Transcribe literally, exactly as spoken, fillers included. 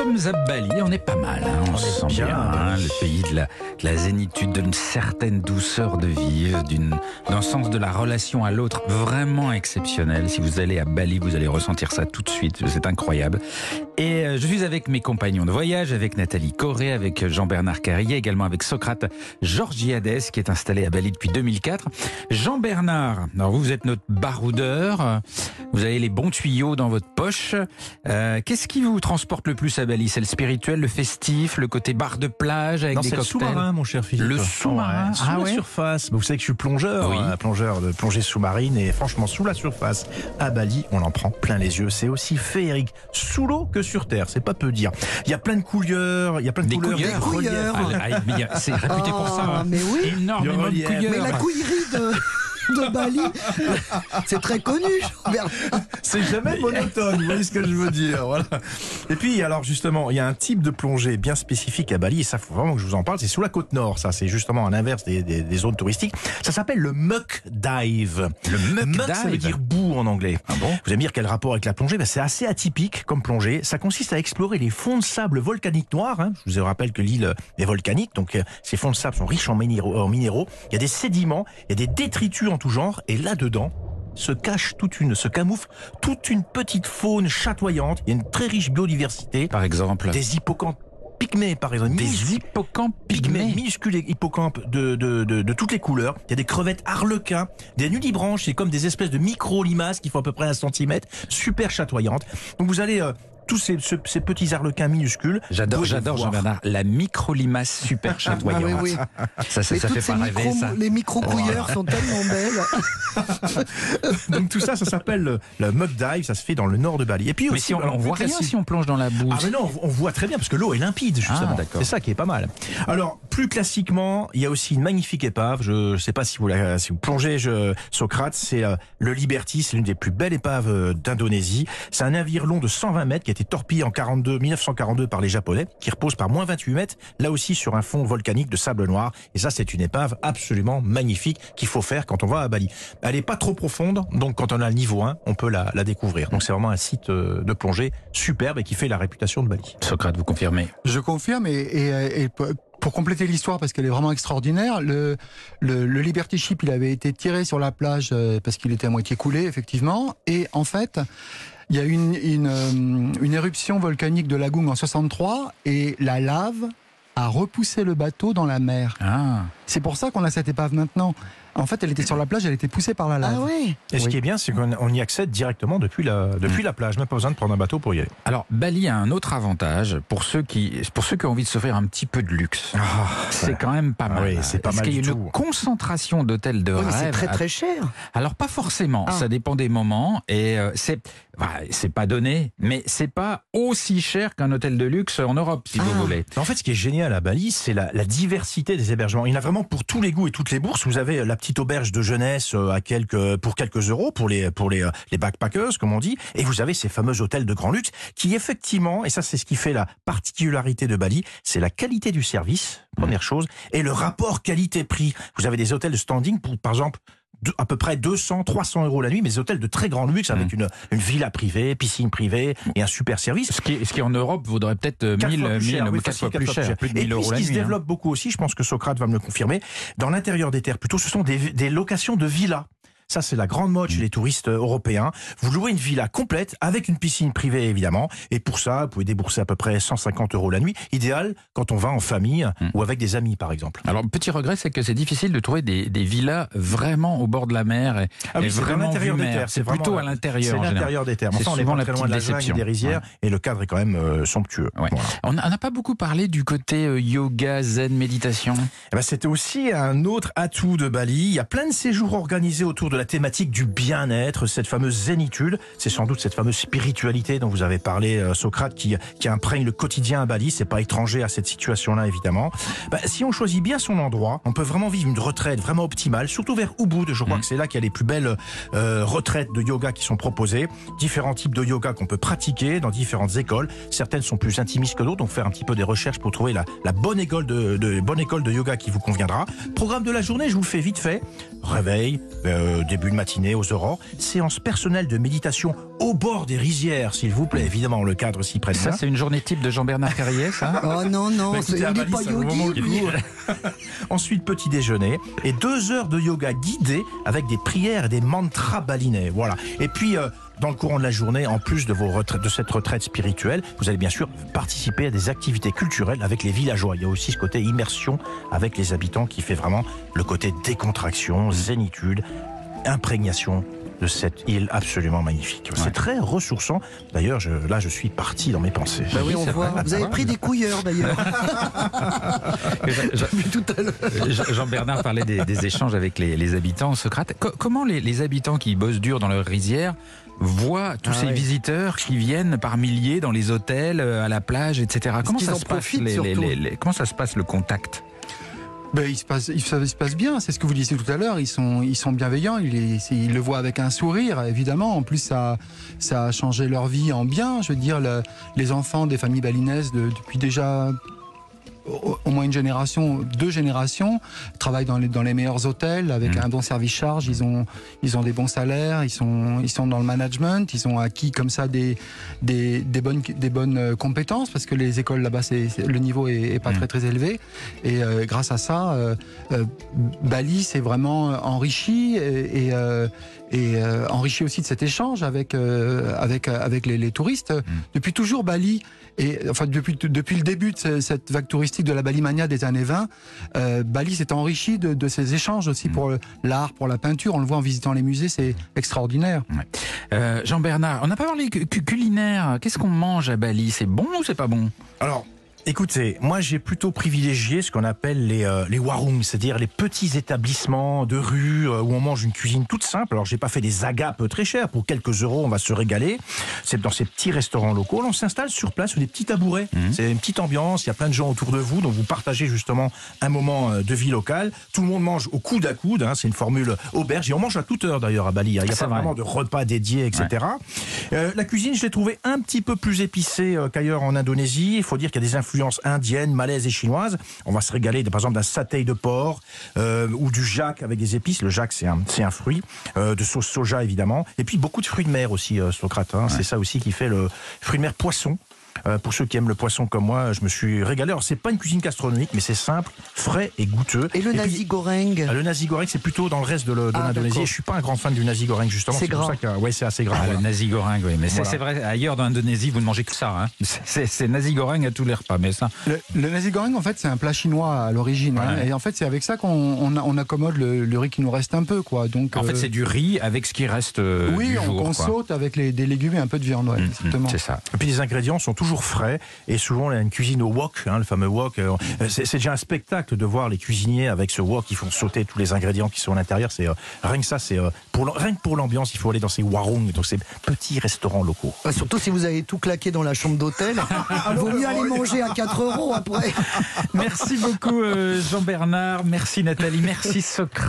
sommes à Bali, on est pas mal, hein, on, on se sent bien, bien hein, le pays de la, de la zénitude, d'une certaine douceur de vie, d'une, d'un sens de la relation à l'autre vraiment exceptionnel. Si vous allez à Bali, vous allez ressentir ça tout de suite, c'est incroyable. Et euh, je suis avec mes compagnons de voyage, avec Nathalie Corré, avec Jean-Bernard Carrier, également avec Socrate Georgiades, qui est installé à Bali depuis deux mille quatre. Jean-Bernard, alors vous, vous êtes notre baroudeur, vous avez les bons tuyaux dans votre poche. Euh, qu'est-ce qui vous transporte le plus à Bali? C'est le spirituel, le festif, le côté bar de plage avec non, des c'est cocktails? Le sous-marin, mon cher Philippe. Le sous-marin, ouais, sous ah la ouais surface. Vous savez que je suis plongeur, oui. hein, plongeur de plongée sous-marine, et franchement, sous la surface, à Bali, on en prend plein les yeux. C'est aussi féerique sous l'eau que sur terre, c'est pas peu dire. Il y a plein de couleurs, il y a plein de des couleurs, couilleurs. des couilleurs. Ah, ah, mais c'est réputé pour ça. Hein. Mais oui. Énormément de couilleurs. Mais la couillerie de... de Bali, c'est très connu. C'est jamais monotone, vous voyez ce que je veux dire, voilà. Et puis alors justement, il y a un type de plongée bien spécifique à Bali, et ça faut vraiment que je vous en parle, c'est sous la côte nord, ça c'est justement à l'inverse des, des, des zones touristiques. Ça s'appelle le muck dive. Le muck, muck dive, ça veut dire boue en anglais. Ah bon? Vous allez me dire quel rapport avec la plongée? Ben, c'est assez atypique comme plongée. Ça consiste à explorer les fonds de sable volcaniques noirs. Hein. Je vous rappelle que l'île est volcanique, donc euh, ces fonds de sable sont riches en minéraux, en minéraux. Il y a des sédiments, il y a des détritus en tout genre, et là-dedans se cache toute une, se camoufle toute une petite faune chatoyante. Il y a une très riche biodiversité. Par exemple, des hippocampes pygmées, par exemple. Des hippocampes pygmées, minuscules hippocampes de, de, de, de toutes les couleurs. Il y a des crevettes arlequins, des nudibranches, c'est comme des espèces de micro-limaces qui font à peu près un centimètre, super chatoyantes. Donc vous allez... Euh, tous ces, ce, ces petits arlequins minuscules. J'adore, j'adore Jean-Bernard, la micro-limace super chatoyante. Ah oui, oui. Ça, ça, ça fait pas micro, rêver, ça. Les micro-couilleurs voilà. sont tellement belles. Donc tout ça, ça s'appelle le, le muck dive, ça se fait dans le nord de Bali. Et puis mais aussi, si on, alors, on voit rien classique. Si on plonge dans la boue. Ah mais non, on voit très bien parce que l'eau est limpide justement. Ah, c'est ça qui est pas mal. Alors plus classiquement, il y a aussi une magnifique épave. Je ne sais pas si vous la, si vous plongez, je, Socrate, c'est euh, le Liberty, c'est l'une des plus belles épaves euh, d'Indonésie. C'est un navire long de cent vingt mètres qui a été torpillé en mille neuf cent quarante-deux par les Japonais, qui repose par moins vingt-huit mètres, là aussi sur un fond volcanique de sable noir. Et ça, c'est une épave absolument magnifique qu'il faut faire quand on va à Bali. Elle n'est pas trop profonde, donc quand on a le niveau un, on peut la, la découvrir. Donc c'est vraiment un site de plongée superbe et qui fait la réputation de Bali. Socrate, vous confirmez? Je confirme et, et, et pour compléter l'histoire, parce qu'elle est vraiment extraordinaire, le, le, le Liberty Ship, il avait été tiré sur la plage parce qu'il était à moitié coulé, effectivement. Et en fait, il y a eu une, une, une éruption volcanique de Lagung en soixante-trois et la lave a repoussé le bateau dans la mer. Ah. C'est pour ça qu'on a cette épave maintenant. En fait, elle était sur la plage, elle était poussée par la lave. Ah oui. Et ce oui. qui est bien, c'est qu'on y accède directement depuis la, depuis mmh. la plage. Même pas besoin de prendre un bateau pour y aller. Alors, Bali a un autre avantage pour ceux qui, pour ceux qui ont envie de s'offrir un petit peu de luxe. Ah, c'est ouais. quand même pas mal. Ah oui, c'est pas Parce mal qu'il y a du une tout. concentration d'hôtels de Oui, rêve. c'est très très cher. Alors, pas forcément. Ah. Ça dépend des moments. Et euh, c'est, bah, c'est pas donné, mais c'est pas aussi cher qu'un hôtel de luxe en Europe, si Ah. vous voulez. En fait, ce qui est génial à Bali, c'est la, la diversité des hébergements. Il y en a vraiment pour tous les goûts et toutes les bourses. Vous avez la petite auberge de jeunesse à quelques, pour quelques euros pour les, pour les, les backpackers, comme on dit. Et vous avez ces fameux hôtels de grand luxe qui, effectivement, et ça, c'est ce qui fait la particularité de Bali, c'est la qualité du service, première chose, et le rapport qualité-prix. Vous avez des hôtels de standing pour, par exemple, De, à peu près deux cents, trois cents euros la nuit, mais des hôtels de très grand luxe avec mmh. une, une villa privée, piscine privée et un super service. Ce qui, ce qui en Europe vaudrait peut-être mille, mille, oui, quatre fois plus cher. cher. Plus de et mille puis, euros ce la qui nuit, se développe hein. beaucoup aussi, je pense que Socrate va me le confirmer, dans l'intérieur des terres plutôt, ce sont des, des locations de villas. Ça, c'est la grande mode chez les touristes européens. Vous louez une villa complète avec une piscine privée, évidemment. Et pour ça, vous pouvez débourser à peu près cent cinquante euros la nuit. Idéal quand on va en famille mmh. ou avec des amis, par exemple. Alors, petit regret, c'est que c'est difficile de trouver des, des villas vraiment au bord de la mer. Et, ah oui, et c'est vraiment à l'intérieur des terres. C'est plutôt à l'intérieur. C'est l'intérieur des terres. C'est enfin, on est souvent pas la très loin de la jungle et des rizières. Ouais. Et le cadre est quand même euh, somptueux. Ouais. Voilà. On n'a pas beaucoup parlé du côté euh, yoga, zen, méditation. Eh ben, c'était aussi un autre atout de Bali. Il y a plein de séjours organisés autour de la thématique du bien-être, cette fameuse zénitude. C'est sans doute cette fameuse spiritualité dont vous avez parlé, euh, Socrate, qui, qui imprègne le quotidien à Bali. C'est pas étranger à cette situation-là, évidemment. Bah, si on choisit bien son endroit, on peut vraiment vivre une retraite vraiment optimale, surtout vers Ubud. Je crois mmh. que c'est là qu'il y a les plus belles euh, retraites de yoga qui sont proposées. Différents types de yoga qu'on peut pratiquer dans différentes écoles. Certaines sont plus intimistes que d'autres, donc faire un petit peu des recherches pour trouver la, la bonne école de, de bonne école de yoga qui vous conviendra. Programme de la journée, je vous le fais vite fait. Réveil, euh, début de matinée aux aurores. Séance personnelle de méditation au bord des rizières, s'il vous plaît. Évidemment, le cadre s'y prête Ça, bien. c'est une journée type de Jean-Bernard Carrier, ça? Oh non, non, Bah, c'est- écoutez, à il n'est Bali, pas c'est un moment yogi. où- lui. Ensuite, petit déjeuner et deux heures de yoga guidé avec des prières et des mantras balinais. Voilà. Et puis, euh, dans le courant de la journée, en plus de, vos retraites, de cette retraite spirituelle, vous allez bien sûr participer à des activités culturelles avec les villageois. Il y a aussi ce côté immersion avec les habitants qui fait vraiment le côté décontraction, zénitude, imprégnation de cette île absolument magnifique. Ouais. C'est très ressourçant. D'ailleurs, je, là, je suis parti dans mes pensées. Bah oui, on c'est voit. vrai. Vous avez Ouais. pris des couilleurs d'ailleurs. Je- Vu tout à l'heure. je- Jean-Bernard parlait des, des échanges avec les, les habitants. Socrate, Co- comment les, les habitants qui bossent dur dans leur rizière voient tous Ah ces ouais. visiteurs qui viennent par milliers dans les hôtels, euh, à la plage, et cetera. Comment qu'ils ça en se passe profitent, les- les- surtout. les- les- comment ça se passe le contact? Ben, il, se passe, il, se, il se passe bien, c'est ce que vous disiez tout à l'heure, ils sont, ils sont bienveillants, ils, les- c'est- ils le voient avec un sourire, évidemment. En plus, ça, ça a changé leur vie en bien. Je veux dire, le- les enfants des familles balinaises, de- depuis déjà au, au moins une génération, deux générations, travaillent dans les, dans les meilleurs hôtels, avec Mmh. un bon service charge, ils ont, ils ont des bons salaires, ils sont, ils sont dans le management, ils ont acquis comme ça des, des, des, bonnes, des bonnes euh, compétences, parce que les écoles là-bas, c'est, c'est- le niveau est, est pas Mmh. très très élevé. Et euh, grâce à ça, euh, euh, Bali s'est vraiment enrichi et, et, euh, et euh, enrichi aussi de cet échange avec, euh, avec, avec les, les touristes. Depuis toujours, Bali, et, enfin depuis, depuis le début de ce- cette vague touristique de la Balimania des années vingt, euh, Bali s'est enrichi de, de ces échanges aussi Mm. pour l'art, pour la peinture. On le voit en visitant les musées, c'est extraordinaire. Euh, Jean-Bernard, on n'a pas parlé cu- cu- culinaire. Qu'est-ce qu'on mange à Bali? C'est bon ou c'est pas bon? Alors, écoutez, moi j'ai plutôt privilégié ce qu'on appelle les, euh, les warung, c'est-à-dire les petits établissements de rue euh, où on mange une cuisine toute simple. Alors j'ai pas fait des agapes très chères, pour quelques euros on va se régaler. C'est dans ces petits restaurants locaux, on s'installe sur place sur des petits tabourets. Mmh. C'est une petite ambiance, il y a plein de gens autour de vous, donc vous partagez justement un moment euh, de vie locale. Tout le monde mange au coude à coude, hein, c'est une formule auberge, et on mange à toute heure d'ailleurs à Bali. Il n'y a C'est pas vrai. vraiment de repas dédiés, et cetera. Euh, la cuisine, je l'ai trouvée un petit peu plus épicée euh, qu'ailleurs en Indonésie. Il faut dire qu'il y a des influences indiennes, malaises et chinoises. On va se régaler, de, par exemple, d'un satay de porc euh, ou du jack avec des épices. Le jack, c'est un, c'est un fruit. Euh, de sauce soja, évidemment. Et puis, beaucoup de fruits de mer aussi, euh, Socrate. Hein. C'est ça aussi qui fait le fruit de mer poisson. Euh, pour ceux qui aiment le poisson comme moi, je me suis régalé. Alors, c'est pas une cuisine gastronomique, mais c'est simple, frais et goûteux. Et le puis, nasi goreng. ah, le nasi goreng, c'est plutôt dans le reste de le- de Ah, l'Indonésie. d'accord. Je suis pas un grand fan du nasi goreng, justement. C'est pour gras. ça que, ouais, c'est assez gras. Ah, voilà. le nasi goreng, oui. Mais c'est Voilà. c'est vrai, ailleurs dans l'Indonésie, vous ne mangez que ça. Hein. C'est- C'est c'est nasi goreng à tous les repas. Mais ça, Le, le nasi goreng, en fait, c'est un plat chinois à l'origine. hein. Ouais. Et en fait, c'est avec ça qu'on on, a- on accommode le, le riz qui nous reste un peu. Quoi. Donc, en fait, euh, c'est du riz avec ce qui reste euh, oui, du on, jour. on quoi. saute avec les, des légumes et un peu de viande. Ouais, Mmh, mmh, exactement. c'est ça. Et puis les ingrédients sont toujours frais et souvent il y a une cuisine au wok, hein, le fameux wok. euh, C'est c'est déjà un spectacle de voir les cuisiniers avec ce wok qui font sauter tous les ingrédients qui sont à l'intérieur. C'est euh, rien que ça, c'est euh, pour l'am- rien que pour l'ambiance, il faut aller dans ces warung, donc ces petits restaurants locaux. Bah, surtout si vous avez tout claqué dans la chambre d'hôtel. Il vaut mieux aller manger à quatre euros après. Merci beaucoup, euh, Jean-Bernard. Merci, Nathalie. Merci, Socrate.